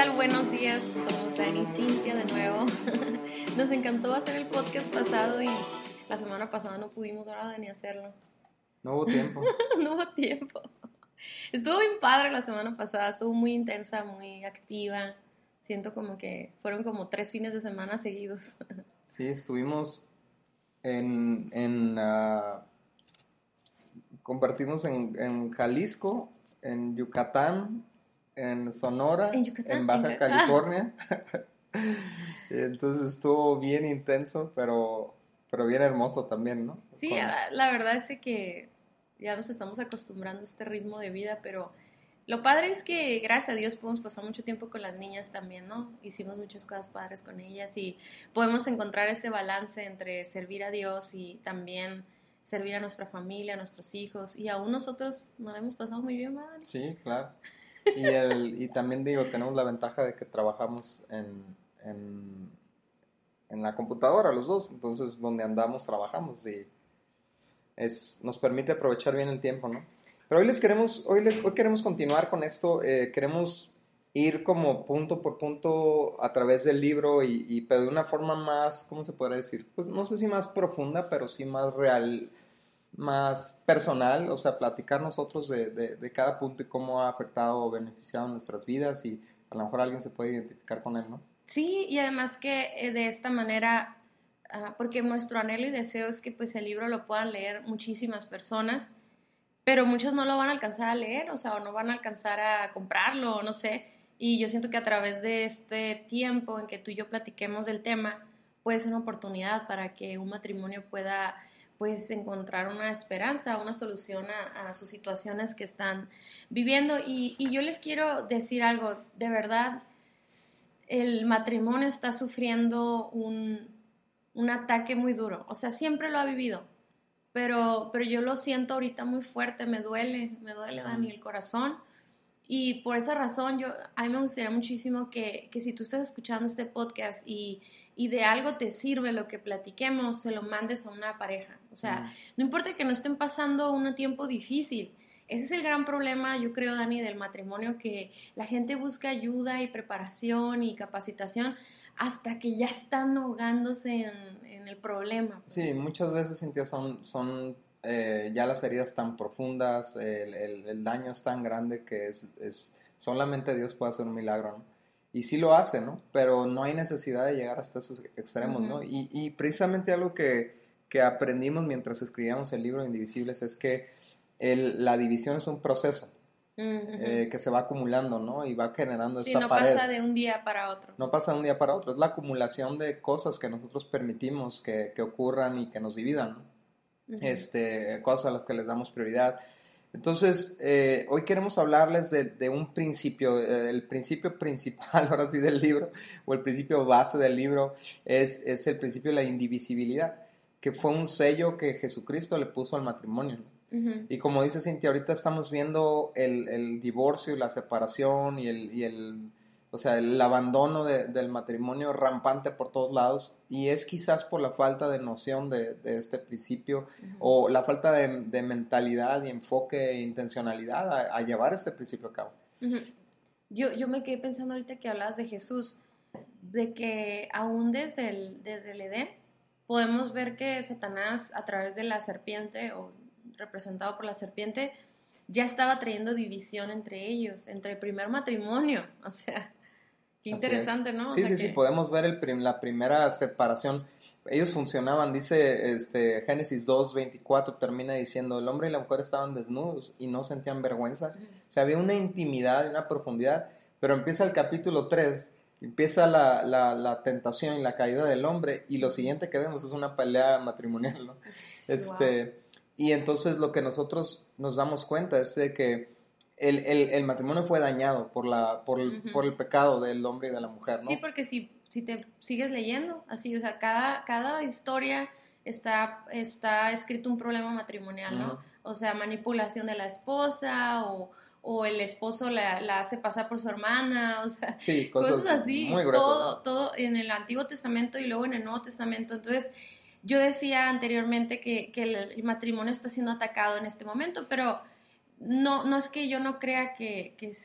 tal? Buenos días, somos Dani y Cintia de nuevo. Nos encantó hacer el podcast pasado y la semana pasada no pudimos, ahora Dani, hacerlo. No hubo tiempo. No hubo tiempo. Estuvo bien padre la semana pasada, estuvo muy intensa, muy activa. Siento como que fueron como 3 fines de semana seguidos. Sí, estuvimos compartimos en Jalisco, en Yucatán, en Sonora, En Yucatán, en Baja California. Entonces estuvo bien intenso, pero bien hermoso también, ¿no? Sí, la verdad es que ya nos estamos acostumbrando a este ritmo de vida, pero lo padre es que gracias a Dios podemos pasar mucho tiempo con las niñas también, ¿no? Hicimos muchas cosas padres con ellas y podemos encontrar ese balance entre servir a Dios y también servir a nuestra familia, a nuestros hijos, y aún nosotros nos la hemos pasado muy bien, ¿verdad? Sí, claro. Y también digo, tenemos la ventaja de que trabajamos en la computadora los dos, entonces donde andamos trabajamos y nos permite aprovechar bien el tiempo, ¿no? Pero hoy queremos continuar con esto, queremos ir como punto por punto a través del libro pero de una forma más, ¿cómo se podría decir? Pues no sé si más profunda, pero sí más real, más personal, o sea, platicar nosotros de cada punto y cómo ha afectado o beneficiado nuestras vidas y a lo mejor alguien se puede identificar con él, ¿no? Sí, y además que de esta manera, porque nuestro anhelo y deseo es que pues el libro lo puedan leer muchísimas personas, pero muchos no lo van a alcanzar a leer, o sea, o no van a alcanzar a comprarlo, no sé, y yo siento que a través de este tiempo en que tú y yo platiquemos del tema, puede ser una oportunidad para que un matrimonio pueda pues encontrar una esperanza, una solución a sus situaciones que están viviendo, y yo les quiero decir algo, de verdad, el matrimonio está sufriendo un ataque muy duro, o sea, siempre lo ha vivido, pero yo lo siento ahorita muy fuerte, me duele, Dani, el corazón, y por esa razón a mí me gustaría muchísimo que si tú estás escuchando este podcast y de algo te sirve lo que platiquemos, se lo mandes a una pareja, o sea, no importa que no estén pasando un tiempo difícil. Ese es el gran problema, yo creo, Dani, del matrimonio, que la gente busca ayuda y preparación y capacitación hasta que ya están ahogándose en el problema. Sí, muchas veces, Cintia, son ya las heridas tan profundas, el daño es tan grande que solamente Dios puede hacer un milagro, ¿no? Y sí lo hace, ¿no? Pero no hay necesidad de llegar hasta esos extremos, ¿no? Y precisamente algo que aprendimos mientras escribíamos el libro de Indivisibles es que la división es un proceso que se va acumulando, ¿no? Y va generando esta pared. Sí, no pasa de un día para otro. No pasa de un día para otro, es la acumulación de cosas que nosotros permitimos que ocurran y que nos dividan, ¿no? Cosas a las que les damos prioridad. Entonces, hoy queremos hablarles de un principio, el principio principal, ahora sí, del libro, o el principio base del libro, es el principio de la indivisibilidad, que fue un sello que Jesucristo le puso al matrimonio, ¿no? Y como dice Cintia, ahorita estamos viendo el divorcio y la separación o sea, el abandono del matrimonio rampante por todos lados, y es quizás por la falta de noción de este principio, o la falta de mentalidad y enfoque e intencionalidad a llevar este principio a cabo. Yo me quedé pensando ahorita que hablabas de Jesús, de que aún desde el Edén podemos ver que Satanás, a través de la serpiente, o representado por la serpiente, ya estaba trayendo división entre ellos, entre el primer matrimonio, o sea, qué interesante, ¿no? Sí, sí, podemos ver la primera separación. Ellos funcionaban, dice Génesis 2:24, termina diciendo, el hombre y la mujer estaban desnudos y no sentían vergüenza. O sea, había una intimidad y una profundidad, pero empieza el capítulo 3, empieza la tentación y la caída del hombre, y lo siguiente que vemos es una pelea matrimonial, ¿no? Wow. Y entonces lo que nosotros nos damos cuenta es de que el matrimonio fue dañado por el pecado del hombre y de la mujer, ¿no? Sí, porque si te sigues leyendo, así, o sea, cada historia está escrito un problema matrimonial, ¿no? O sea, manipulación de la esposa, o el esposo la hace pasar por su hermana, o sea, sí, cosas así, muy gruesas, todo en el Antiguo Testamento y luego en el Nuevo Testamento. Entonces, yo decía anteriormente que el matrimonio está siendo atacado en este momento, pero no es que yo no crea que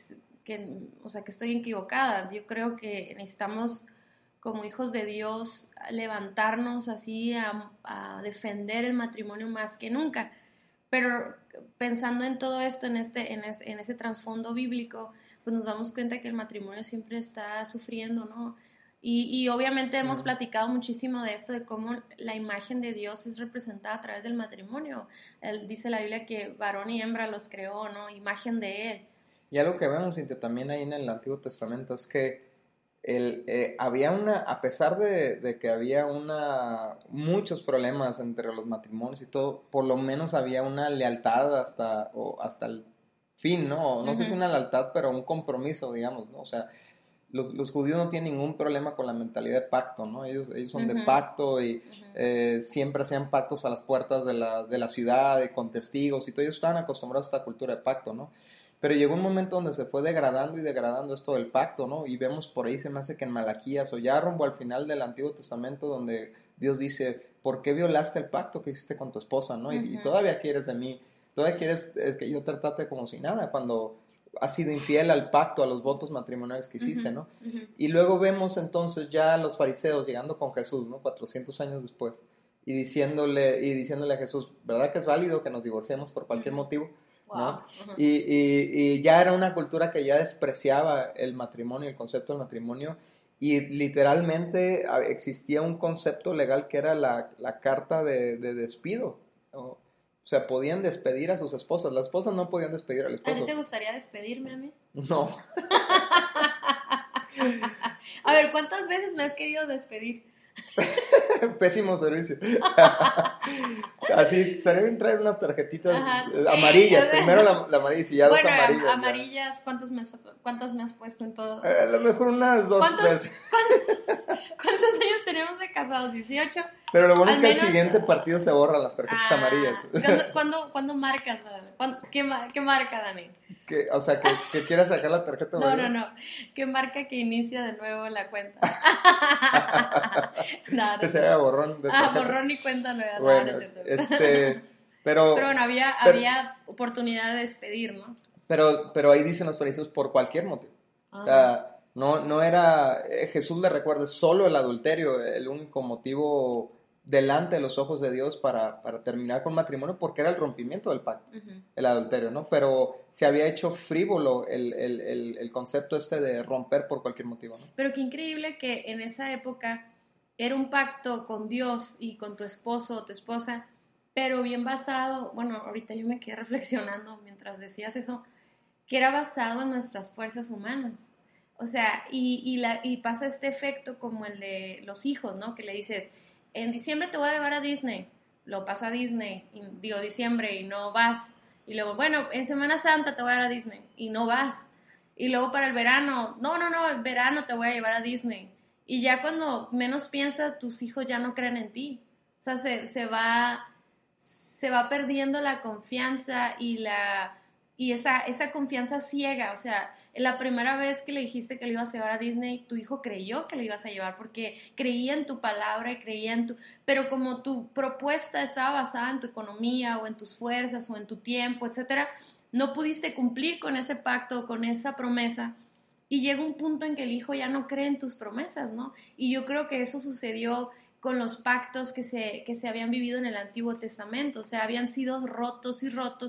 o sea, que estoy equivocada. Yo creo que necesitamos, como hijos de Dios, levantarnos así a defender el matrimonio más que nunca. Pero pensando en todo esto, en ese trasfondo bíblico, pues nos damos cuenta que el matrimonio siempre está sufriendo, ¿no? Y obviamente hemos platicado muchísimo de esto, de cómo la imagen de Dios es representada a través del matrimonio. Dice la Biblia que varón y hembra los creó, ¿no? Imagen de Él. Y algo que vemos, Cintia, también ahí en el Antiguo Testamento es que había a pesar de que había muchos problemas entre los matrimonios y todo, por lo menos había una lealtad hasta el fin, ¿no? No sé si una lealtad, pero un compromiso, digamos, ¿no? O sea, los judíos no tienen ningún problema con la mentalidad de pacto, ¿no? Ellos son de pacto y siempre hacían pactos a las puertas de la ciudad y con testigos y todo. Ellos estaban acostumbrados a esta cultura de pacto, ¿no? Pero llegó un momento donde se fue degradando esto del pacto, ¿no? Y vemos por ahí, se me hace que en Malaquías o ya rumbo al final del Antiguo Testamento, donde Dios dice, ¿por qué violaste el pacto que hiciste con tu esposa, ¿no? Y todavía quieres de mí, todavía quieres que yo te trate como si nada, cuando has sido infiel al pacto, a los votos matrimoniales que hiciste, ¿no? Y luego vemos entonces ya a los fariseos llegando con Jesús, ¿no? 400 años después, y diciéndole a Jesús, ¿verdad que es válido que nos divorciemos por cualquier motivo? ¿No? Wow. Y ya era una cultura que ya despreciaba el matrimonio, el concepto del matrimonio, y literalmente existía un concepto legal que era la carta de despido, ¿no? O sea, podían despedir a sus esposas. Las esposas no podían despedir al esposo. ¿A ti te gustaría despedirme a mí? No. A ver, ¿cuántas veces me has querido despedir? Pésimo servicio. Así, se deben traer unas tarjetitas amarillas. Primero la amarilla y si ya dos amarillas. Bueno, amarillas, ¿cuántas me has puesto en todo? A lo mejor unas 2 veces. ¿Cuántos años tenemos de casados? ¿18? Pero lo bueno es que al siguiente partido se borran las tarjetas amarillas. ¿Cuándo marcas? ¿Qué marca, Dani? O sea, que quieras sacar la tarjeta amarilla. No. ¿Qué marca que inicia de nuevo la cuenta? Que se haga borrón de tarjeta. Borrón y cuenta nueva. Bueno, pero bueno, había oportunidad de despedir, ¿no? Pero ahí dicen los fariseos por cualquier motivo. O sea, no era, Jesús le recuerda solo el adulterio, el único motivo delante de los ojos de Dios para terminar con matrimonio, porque era el rompimiento del pacto, el adulterio, ¿no? Pero se había hecho frívolo el concepto de romper por cualquier motivo, ¿no? Pero qué increíble que en esa época era un pacto con Dios y con tu esposo o tu esposa, pero bien basado, bueno, ahorita yo me quedé reflexionando mientras decías eso, que era basado en nuestras fuerzas humanas. O sea, y pasa este efecto como el de los hijos, ¿no? Que le dices, en diciembre te voy a llevar a Disney, lo pasa a Disney, diciembre y no vas. Y luego, bueno, en Semana Santa te voy a llevar a Disney y no vas. Y luego para el verano, no, el verano te voy a llevar a Disney. Y ya cuando menos piensas, tus hijos ya no creen en ti. O sea, se va perdiendo la confianza y esa confianza ciega. O sea, la primera vez que le dijiste que lo ibas a llevar a Disney, tu hijo creyó que lo ibas a llevar porque creía en tu palabra y creía en pero como tu propuesta estaba basada en tu economía o en tus fuerzas o en tu tiempo, etcétera, no pudiste cumplir con ese pacto, con esa promesa, y llega un punto en que el hijo ya no cree en tus promesas, ¿no? Y yo creo que eso sucedió con los pactos que se habían vivido en el Antiguo Testamento. O sea, habían sido rotos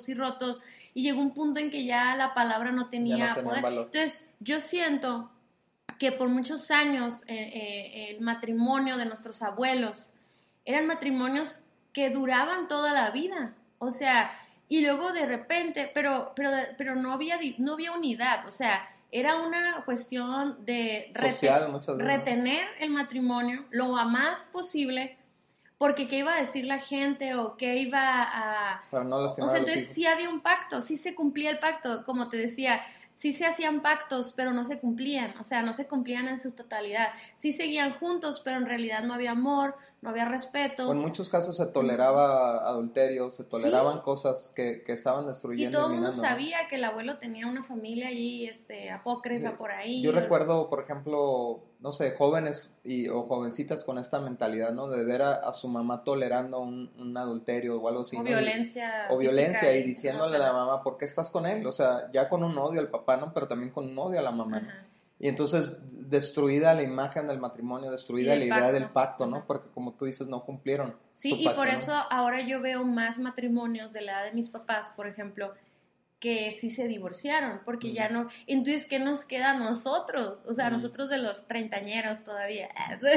y llegó un punto en que ya la palabra no tenía poder. Valor. Entonces, yo siento que por muchos años el matrimonio de nuestros abuelos eran matrimonios que duraban toda la vida. O sea, y luego de repente, pero no había unidad. O sea, era una cuestión de retener el matrimonio lo más posible, porque qué iba a decir la gente o qué iba a... Para no lastimar o sea, entonces sí había un pacto, sí se cumplía el pacto, como te decía, sí se hacían pactos, pero no se cumplían, o sea, no se cumplían en su totalidad. Sí seguían juntos, pero en realidad no había amor, no había respeto. O en muchos casos se toleraba adulterio, se toleraban cosas que estaban destruyendo. Y todo el mundo sabía que el abuelo tenía una familia allí, apócrifa por ahí. Yo recuerdo, por ejemplo, no sé, jóvenes o jovencitas con esta mentalidad, ¿no? De ver a su mamá tolerando un adulterio o algo así. O violencia. O violencia y diciéndole a la mamá, ¿por qué estás con él? O sea, ya con un odio al papá papá, ¿no? Pero también con un odio a la mamá. Ajá. Y entonces destruida la imagen del matrimonio, destruida la idea del pacto, ¿no? Porque como tú dices, no cumplieron Sí, su y pacto, por ¿no? eso ahora yo veo más matrimonios de la edad de mis papás, por ejemplo, que sí se divorciaron, porque ya no, entonces, ¿qué nos queda a nosotros? O sea, nosotros de los treintañeros todavía,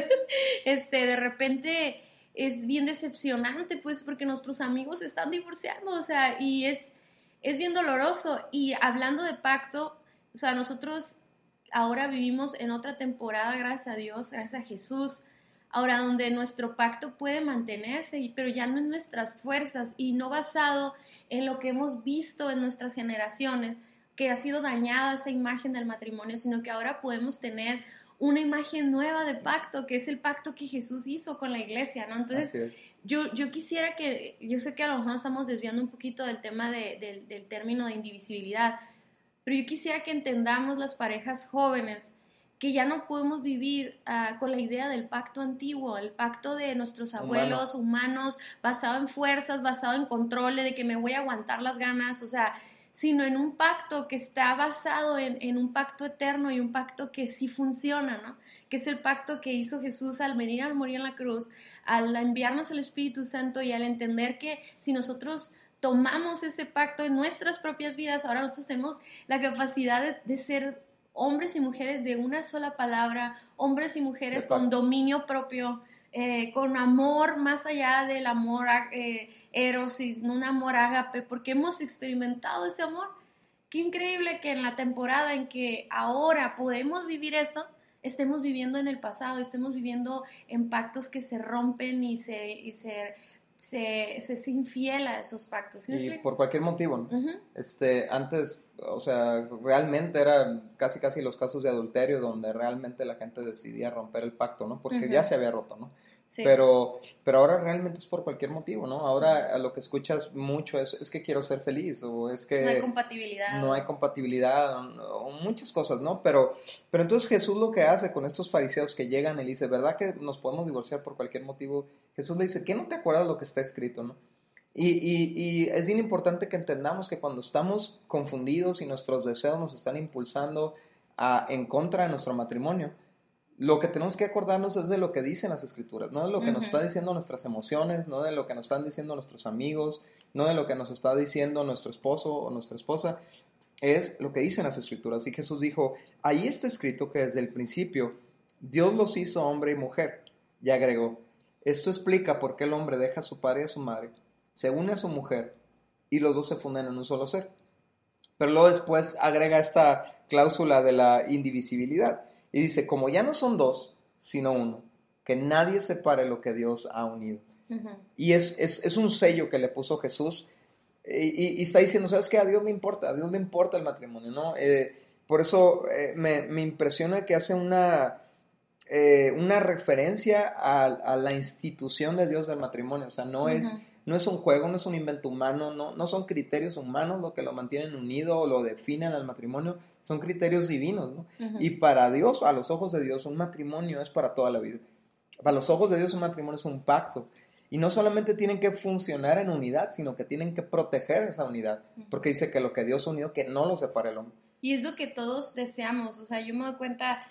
de repente es bien decepcionante, pues, porque nuestros amigos se están divorciando, o sea, y es bien doloroso, y hablando de pacto, o sea, nosotros ahora vivimos en otra temporada, gracias a Dios, gracias a Jesús, ahora donde nuestro pacto puede mantenerse, pero ya no en nuestras fuerzas y no basado en lo que hemos visto en nuestras generaciones, que ha sido dañada esa imagen del matrimonio, sino que ahora podemos tener una imagen nueva de pacto, que es el pacto que Jesús hizo con la iglesia, ¿no? Entonces, yo quisiera que, yo sé que a lo mejor nos estamos desviando un poquito del tema del término de indivisibilidad, pero yo quisiera que entendamos las parejas jóvenes que ya no podemos vivir con la idea del pacto antiguo, el pacto de nuestros abuelos humanos, basado en fuerzas, basado en controles, de que me voy a aguantar las ganas, o sea, sino en un pacto que está basado en un pacto eterno y un pacto que sí funciona, ¿no? Que es el pacto que hizo Jesús al venir a morir en la cruz, al enviarnos el Espíritu Santo y al entender que si nosotros tomamos ese pacto en nuestras propias vidas, ahora nosotros tenemos la capacidad de ser hombres y mujeres de una sola palabra, hombres y mujeres con dominio propio, con amor más allá del amor eros, un amor ágape, porque hemos experimentado ese amor. Qué increíble que en la temporada en que ahora podemos vivir eso, estemos viviendo en el pasado, estemos viviendo en pactos que se rompen y se es infiel a esos pactos. ¿Sí? Y por cualquier motivo, ¿no? Uh-huh. Antes, o sea, realmente eran casi los casos de adulterio donde realmente la gente decidía romper el pacto, ¿no? Porque ya se había roto, ¿no? Sí. Pero ahora realmente es por cualquier motivo, ¿no? Ahora lo que escuchas mucho es que quiero ser feliz o es que... No hay compatibilidad. No hay compatibilidad o muchas cosas, ¿no? Pero entonces Jesús lo que hace con estos fariseos que llegan y le dice, ¿verdad que nos podemos divorciar por cualquier motivo? Jesús le dice, ¿qué no te acuerdas lo que está escrito, no? Y es bien importante que entendamos que cuando estamos confundidos y nuestros deseos nos están impulsando en contra de nuestro matrimonio, lo que tenemos que acordarnos es de lo que dicen las escrituras, no de lo que nos están diciendo nuestras emociones, no de lo que nos están diciendo nuestros amigos, no de lo que nos está diciendo nuestro esposo o nuestra esposa, es lo que dicen las escrituras. Y Jesús dijo, ahí está escrito que desde el principio Dios los hizo hombre y mujer. Y agregó, esto explica por qué el hombre deja a su padre y a su madre, se une a su mujer y los dos se funden en un solo ser. Pero luego después agrega esta cláusula de la indivisibilidad. Y dice, como ya no son dos, sino uno, que nadie separe lo que Dios ha unido. Uh-huh. Y es un sello que le puso Jesús y está diciendo, ¿sabes qué? A Dios le importa el matrimonio, ¿no? Por eso me impresiona que hace una referencia a la institución de Dios del matrimonio. O sea, no es un juego, no es un invento humano, no son criterios humanos lo que lo mantienen unido o lo definen al matrimonio, son criterios divinos, ¿no? Uh-huh. Y para Dios, a los ojos de Dios, un matrimonio es para toda la vida. Para los ojos de Dios un matrimonio es un pacto. Y no solamente tienen que funcionar en unidad, sino que tienen que proteger esa unidad. Porque dice que lo que Dios unió, que no lo separe el hombre. Y es lo que todos deseamos. O sea, yo me doy cuenta,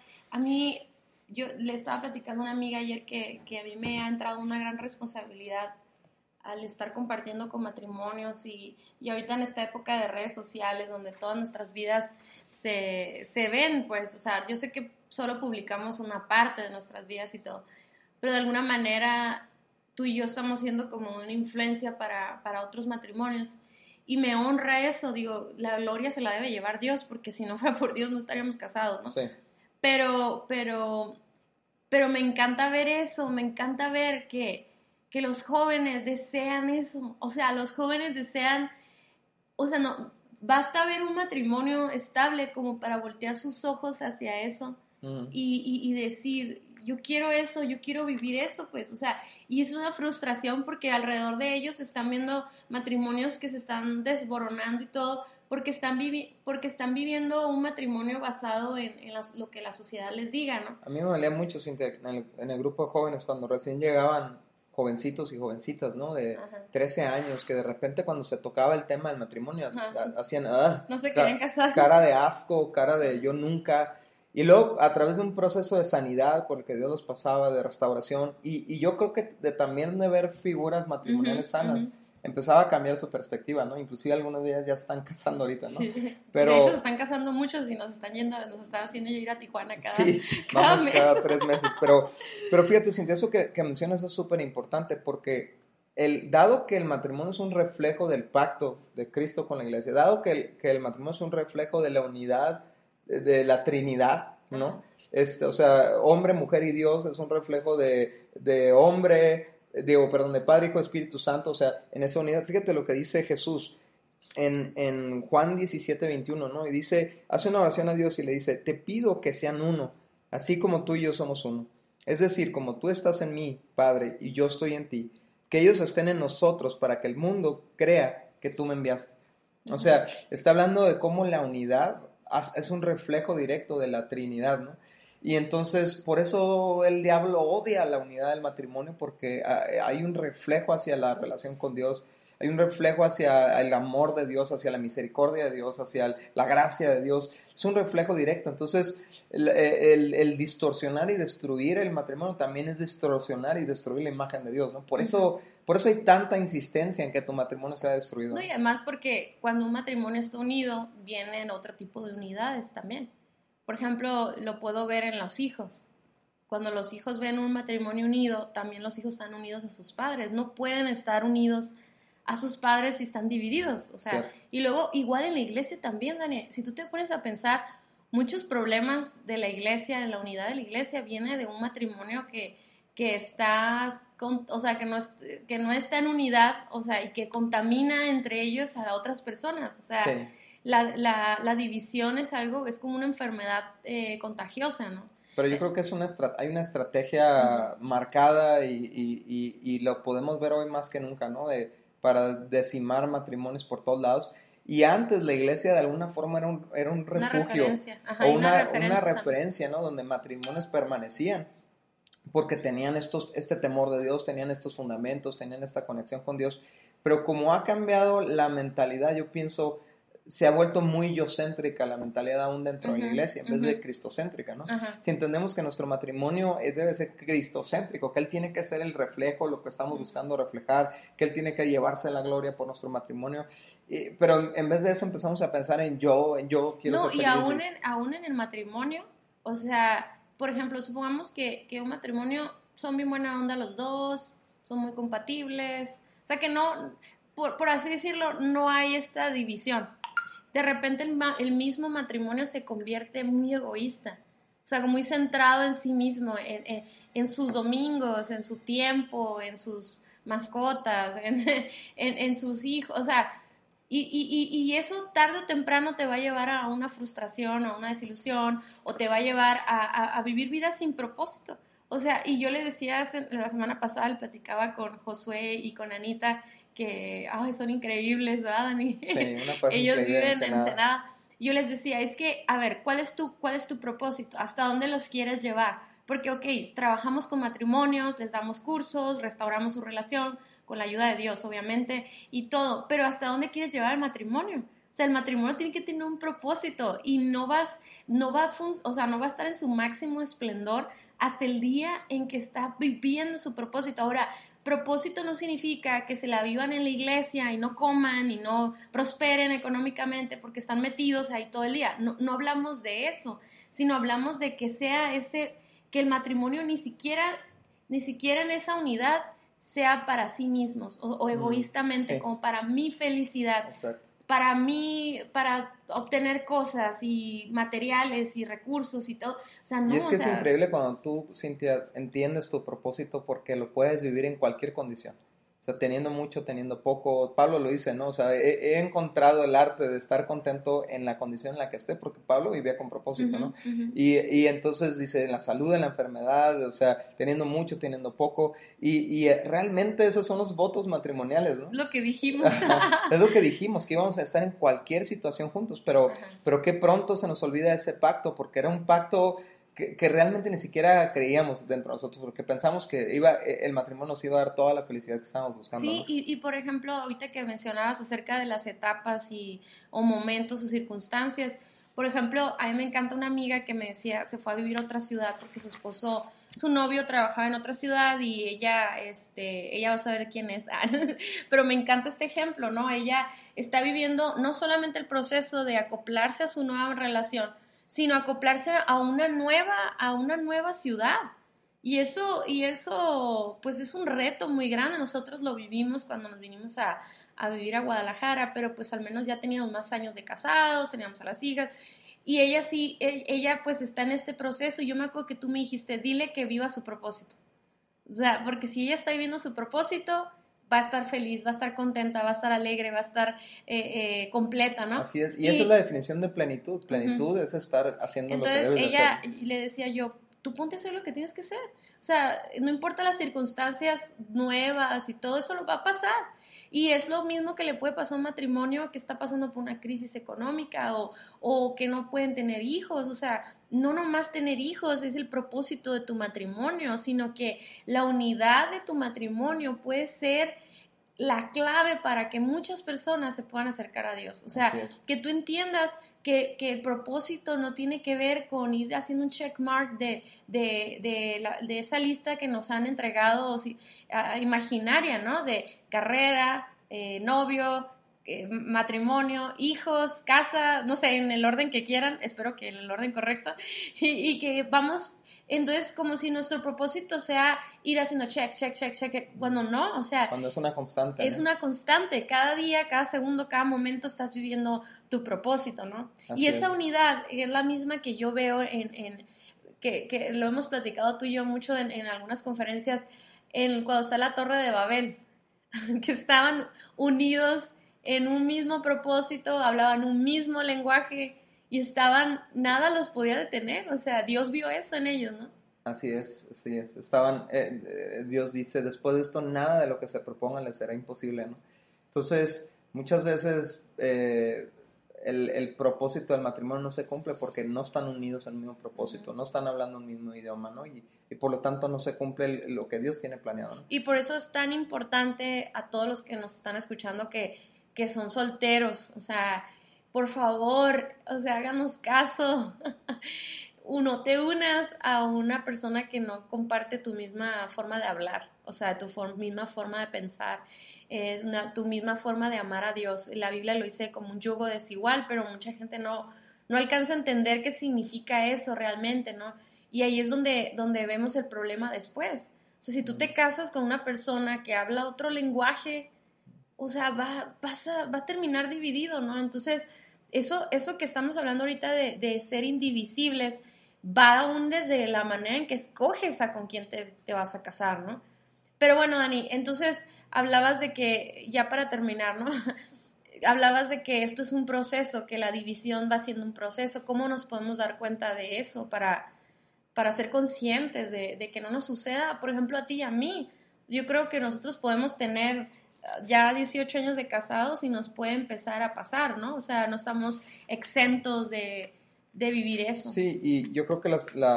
yo le estaba platicando a una amiga ayer que a mí me ha entrado una gran responsabilidad al estar compartiendo con matrimonios y ahorita en esta época de redes sociales donde todas nuestras vidas se ven, pues, o sea, yo sé que solo publicamos una parte de nuestras vidas y todo, pero de alguna manera tú y yo estamos siendo como una influencia para otros matrimonios y me honra eso, digo, la gloria se la debe llevar Dios porque si no fuera por Dios no estaríamos casados, ¿no? Sí. Pero me encanta ver eso, me encanta ver que los jóvenes desean eso, o sea, los jóvenes desean, o sea, no, basta ver un matrimonio estable como para voltear sus ojos hacia eso y decir, yo quiero eso, yo quiero vivir eso, pues, o sea, y es una frustración porque alrededor de ellos están viendo matrimonios que se están desboronando y todo, porque están viviendo un matrimonio basado en lo que la sociedad les diga, ¿no? A mí me dolía mucho en el grupo de jóvenes cuando recién llegaban jovencitos y jovencitas, ¿no? De Ajá. 13 años, que de repente cuando se tocaba el tema del matrimonio, hacían, no se querían casar. cara de asco, cara de yo nunca. Y luego, a través de un proceso de sanidad por el que Dios los pasaba, de restauración, y yo creo que también de ver figuras matrimoniales sanas, empezaba a cambiar su perspectiva, ¿no? Inclusive algunos de ellas ya se están casando ahorita, ¿no? Sí. Pero, de hecho, se están casando muchos y nos están haciendo ir a Tijuana cada vamos mes. Cada 3 meses. Pero fíjate, Cintia, eso que mencionas es súper importante porque dado que el matrimonio es un reflejo del pacto de Cristo con la iglesia, dado que el matrimonio es un reflejo de la unidad, de la Trinidad, ¿no? O sea, hombre, mujer y Dios es un reflejo de Padre, Hijo, Espíritu Santo, o sea, en esa unidad. Fíjate lo que dice Jesús en Juan 17:21, ¿no? Y dice, hace una oración a Dios y le dice, te pido que sean uno, así como tú y yo somos uno. Es decir, como tú estás en mí, Padre, y yo estoy en ti, que ellos estén en nosotros para que el mundo crea que tú me enviaste. O sea, está hablando de cómo la unidad es un reflejo directo de la Trinidad, ¿no? Y entonces, por eso el diablo odia la unidad del matrimonio, porque hay un reflejo hacia la relación con Dios, hay un reflejo hacia el amor de Dios, hacia la misericordia de Dios, hacia la gracia de Dios. Es un reflejo directo. Entonces, el distorsionar y destruir el matrimonio también es distorsionar y destruir la imagen de Dios, ¿no? Por eso hay tanta insistencia en que tu matrimonio sea destruido. No, y además porque cuando un matrimonio está unido, vienen otro tipo de unidades también. Por ejemplo, lo puedo ver en los hijos. Cuando los hijos ven un matrimonio unido, también los hijos están unidos a sus padres. No pueden estar unidos a sus padres si están divididos. O sea, cierto. Y luego, igual en la iglesia también, Daniel, si tú te pones a pensar, muchos problemas de la iglesia, en la unidad de la iglesia, viene de un matrimonio que está, o sea, que no está en unidad, o sea, y que contamina entre ellos a otras personas. O sea, sí. La división es como una enfermedad contagiosa, ¿no? Pero yo creo que hay una estrategia marcada y lo podemos ver hoy más que nunca, ¿no? Para decimar matrimonios por todos lados. Y antes la iglesia de alguna forma era un refugio una referencia, ¿no? Donde matrimonios permanecían porque tenían este temor de Dios, tenían estos fundamentos, tenían esta conexión con Dios. Pero como ha cambiado la mentalidad, yo pienso, se ha vuelto muy yo-céntrica la mentalidad aún dentro de la iglesia, en vez de cristocéntrica, ¿no? Si entendemos que nuestro matrimonio debe ser cristocéntrico, que Él tiene que ser el reflejo, lo que estamos buscando reflejar, que Él tiene que llevarse la gloria por nuestro matrimonio, pero en vez de eso empezamos a pensar en yo quiero ser feliz. No, y aún en el matrimonio, o sea, por ejemplo, supongamos que un matrimonio son bien buena onda los dos, son muy compatibles, o sea que no, por así decirlo, no hay esta división. De repente el mismo matrimonio se convierte muy egoísta, o sea, muy centrado en sí mismo, en sus domingos, en su tiempo, en sus mascotas, en sus hijos, o sea, y eso tarde o temprano te va a llevar a una frustración, a una desilusión, o te va a llevar a vivir vidas sin propósito. O sea, y yo le decía la semana pasada, le platicaba con Josué y con Anita, que son increíbles, ¿verdad, Dani? Sí, una pareja ellos viven en Ensenada. Ensenada. Yo les decía, es que, a ver, ¿cuál es tu propósito? ¿Hasta dónde los quieres llevar? Porque, ok, trabajamos con matrimonios, les damos cursos, restauramos su relación, con la ayuda de Dios, obviamente, y todo, pero ¿hasta dónde quieres llevar el matrimonio? O sea, el matrimonio tiene que tener un propósito y no va a estar en su máximo esplendor hasta el día en que está viviendo su propósito. Ahora, propósito no significa que se la vivan en la iglesia y no coman y no prosperen económicamente porque están metidos ahí todo el día. No hablamos de eso, sino hablamos de que sea que el matrimonio ni siquiera en esa unidad sea para sí mismos o egoístamente, como para mi felicidad. Exacto. Para mí, para obtener cosas y materiales y recursos y todo. O sea, no, y es que es increíble cuando tú, Cintia, entiendes tu propósito porque lo puedes vivir en cualquier condición. O sea, teniendo mucho, teniendo poco. Pablo lo dice, ¿no? O sea, he encontrado el arte de estar contento en la condición en la que esté, porque Pablo vivía con propósito, ¿no? Y entonces dice, en la salud, en la enfermedad, o sea, teniendo mucho, teniendo poco. Y realmente esos son los votos matrimoniales, ¿no? Lo que dijimos. Es lo que dijimos, que íbamos a estar en cualquier situación juntos, pero qué pronto se nos olvida ese pacto, porque era un pacto que realmente ni siquiera creíamos dentro de nosotros, porque pensamos que el matrimonio nos iba a dar toda la felicidad que estábamos buscando. Sí, ¿no? y por ejemplo, ahorita que mencionabas acerca de las etapas o momentos o circunstancias, por ejemplo, a mí me encanta una amiga que me decía, se fue a vivir a otra ciudad porque su novio trabajaba en otra ciudad y ella va a saber quién es, pero me encanta este ejemplo, ¿no? Ella está viviendo no solamente el proceso de acoplarse a su nueva relación, sino acoplarse a una nueva ciudad. Y eso, pues es un reto muy grande. Nosotros lo vivimos cuando nos vinimos a vivir a Guadalajara, pero pues al menos ya teníamos más años de casados, teníamos a las hijas. Y ella sí, ella pues está en este proceso. Y yo me acuerdo que tú me dijiste, dile que viva su propósito. O sea, porque si ella está viviendo su propósito, va a estar feliz, va a estar contenta, va a estar alegre, va a estar completa, ¿no? Así es. Y esa es la definición de plenitud. Plenitud es estar haciendo entonces, lo que debes de hacer. ella, le decía yo, tú ponte a hacer lo que tienes que hacer. O sea, no importa las circunstancias nuevas y todo eso lo va a pasar. Y es lo mismo que le puede pasar a un matrimonio que está pasando por una crisis económica o que no pueden tener hijos. O sea, no nomás tener hijos es el propósito de tu matrimonio, sino que la unidad de tu matrimonio puede ser la clave para que muchas personas se puedan acercar a Dios. O sea, que tú entiendas que el propósito no tiene que ver con ir haciendo un checkmark de esa lista que nos han entregado imaginaria, ¿no? De carrera, novio, matrimonio, hijos, casa, no sé, en el orden que quieran, espero que en el orden correcto, y que vamos... Entonces, como si nuestro propósito sea ir haciendo check, check, check, check, cuando no, o sea... Cuando es una constante. Es una constante, cada día, cada segundo, cada momento estás viviendo tu propósito, ¿no? Y esa unidad es la misma que yo veo que lo hemos platicado tú y yo mucho en algunas conferencias, cuando está la Torre de Babel, que estaban unidos en un mismo propósito, hablaban un mismo lenguaje, y nada los podía detener, o sea, Dios vio eso en ellos, ¿no? Así es. Dios dice, después de esto nada de lo que se propongan les será imposible, ¿no? Entonces, muchas veces el propósito del matrimonio no se cumple porque no están unidos en el mismo propósito, no están hablando el mismo idioma, ¿no? Y por lo tanto no se cumple lo que Dios tiene planeado, ¿no? Y por eso es tan importante a todos los que nos están escuchando que son solteros, o sea, por favor, o sea, háganos caso. Te unas a una persona que no comparte tu misma forma de hablar, o sea, misma forma de pensar, tu misma forma de amar a Dios. La Biblia lo dice como un yugo desigual, pero mucha gente no alcanza a entender qué significa eso realmente, ¿no? Y ahí es donde vemos el problema después. O sea, si tú te casas con una persona que habla otro lenguaje, o sea, va a terminar dividido, ¿no? Entonces, eso que estamos hablando ahorita de ser indivisibles va aún desde la manera en que escoges a con quién te vas a casar, ¿no? Pero bueno, Dani, entonces hablabas de que, ya para terminar, ¿no? Hablabas de que esto es un proceso, que la división va siendo un proceso. ¿Cómo nos podemos dar cuenta de eso para ser conscientes de que no nos suceda, por ejemplo, a ti y a mí? Yo creo que nosotros podemos tener ya 18 años de casados y nos puede empezar a pasar, ¿no? O sea, no estamos exentos de vivir eso. Sí, y yo creo que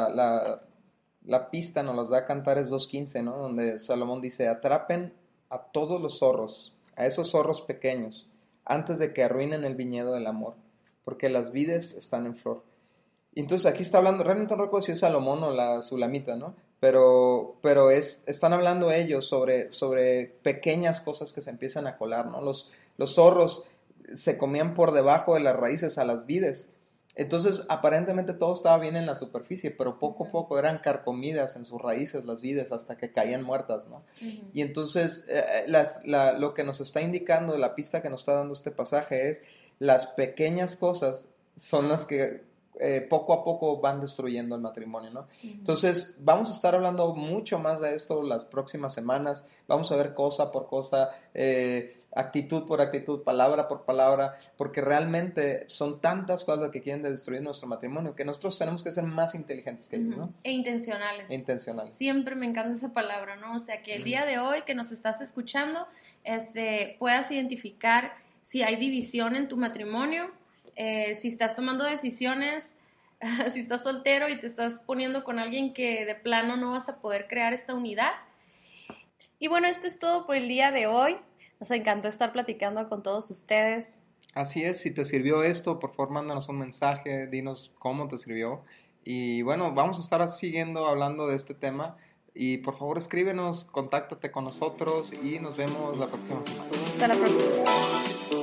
la pista nos las da a Cantares 2:15, ¿no? Donde Salomón dice, atrapen a todos los zorros, a esos zorros pequeños, antes de que arruinen el viñedo del amor, porque las vides están en flor. Y entonces aquí está hablando, realmente no recuerdo si es Salomón o la Sulamita, ¿no? Pero están hablando ellos sobre pequeñas cosas que se empiezan a colar, ¿no? Los zorros se comían por debajo de las raíces a las vides. Entonces, aparentemente todo estaba bien en la superficie, pero poco a poco eran carcomidas en sus raíces las vides hasta que caían muertas, ¿no? Y entonces, lo que nos está indicando, la pista que nos está dando este pasaje es, las pequeñas cosas son las que poco a poco van destruyendo el matrimonio, ¿no? Entonces, vamos a estar hablando mucho más de esto las próximas semanas, vamos a ver cosa por cosa, actitud por actitud, palabra por palabra, porque realmente son tantas cosas que quieren destruir nuestro matrimonio que nosotros tenemos que ser más inteligentes que ellos, ¿no? E intencionales. Siempre me encanta esa palabra, ¿no? O sea, que el día de hoy que nos estás escuchando, puedas identificar si hay división en tu matrimonio, si estás tomando decisiones si estás soltero y te estás poniendo con alguien que de plano no vas a poder crear esta unidad. Y bueno, esto es todo por el día de hoy. Nos encantó estar platicando con todos ustedes. Así es, si te sirvió esto, por favor mándanos un mensaje, dinos cómo te sirvió. Y bueno, vamos a estar siguiendo hablando de este tema. Y por favor escríbenos, contáctate con nosotros y nos vemos la próxima semana. Hasta la próxima.